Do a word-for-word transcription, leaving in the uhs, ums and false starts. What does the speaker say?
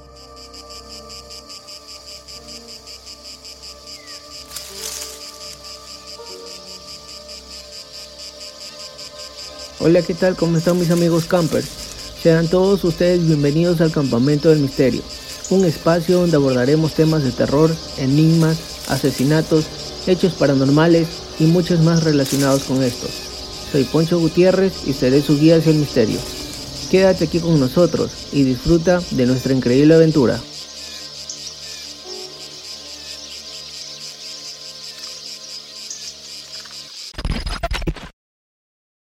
Hola, ¿qué tal? ¿Cómo están mis amigos campers? Sean todos ustedes bienvenidos al Campamento del Misterio, un espacio donde abordaremos temas de terror, enigmas, asesinatos, hechos paranormales y muchos más relacionados con estos. Soy Poncho Gutiérrez y seré su guía hacia el misterio. Quédate aquí con nosotros y disfruta de nuestra increíble aventura.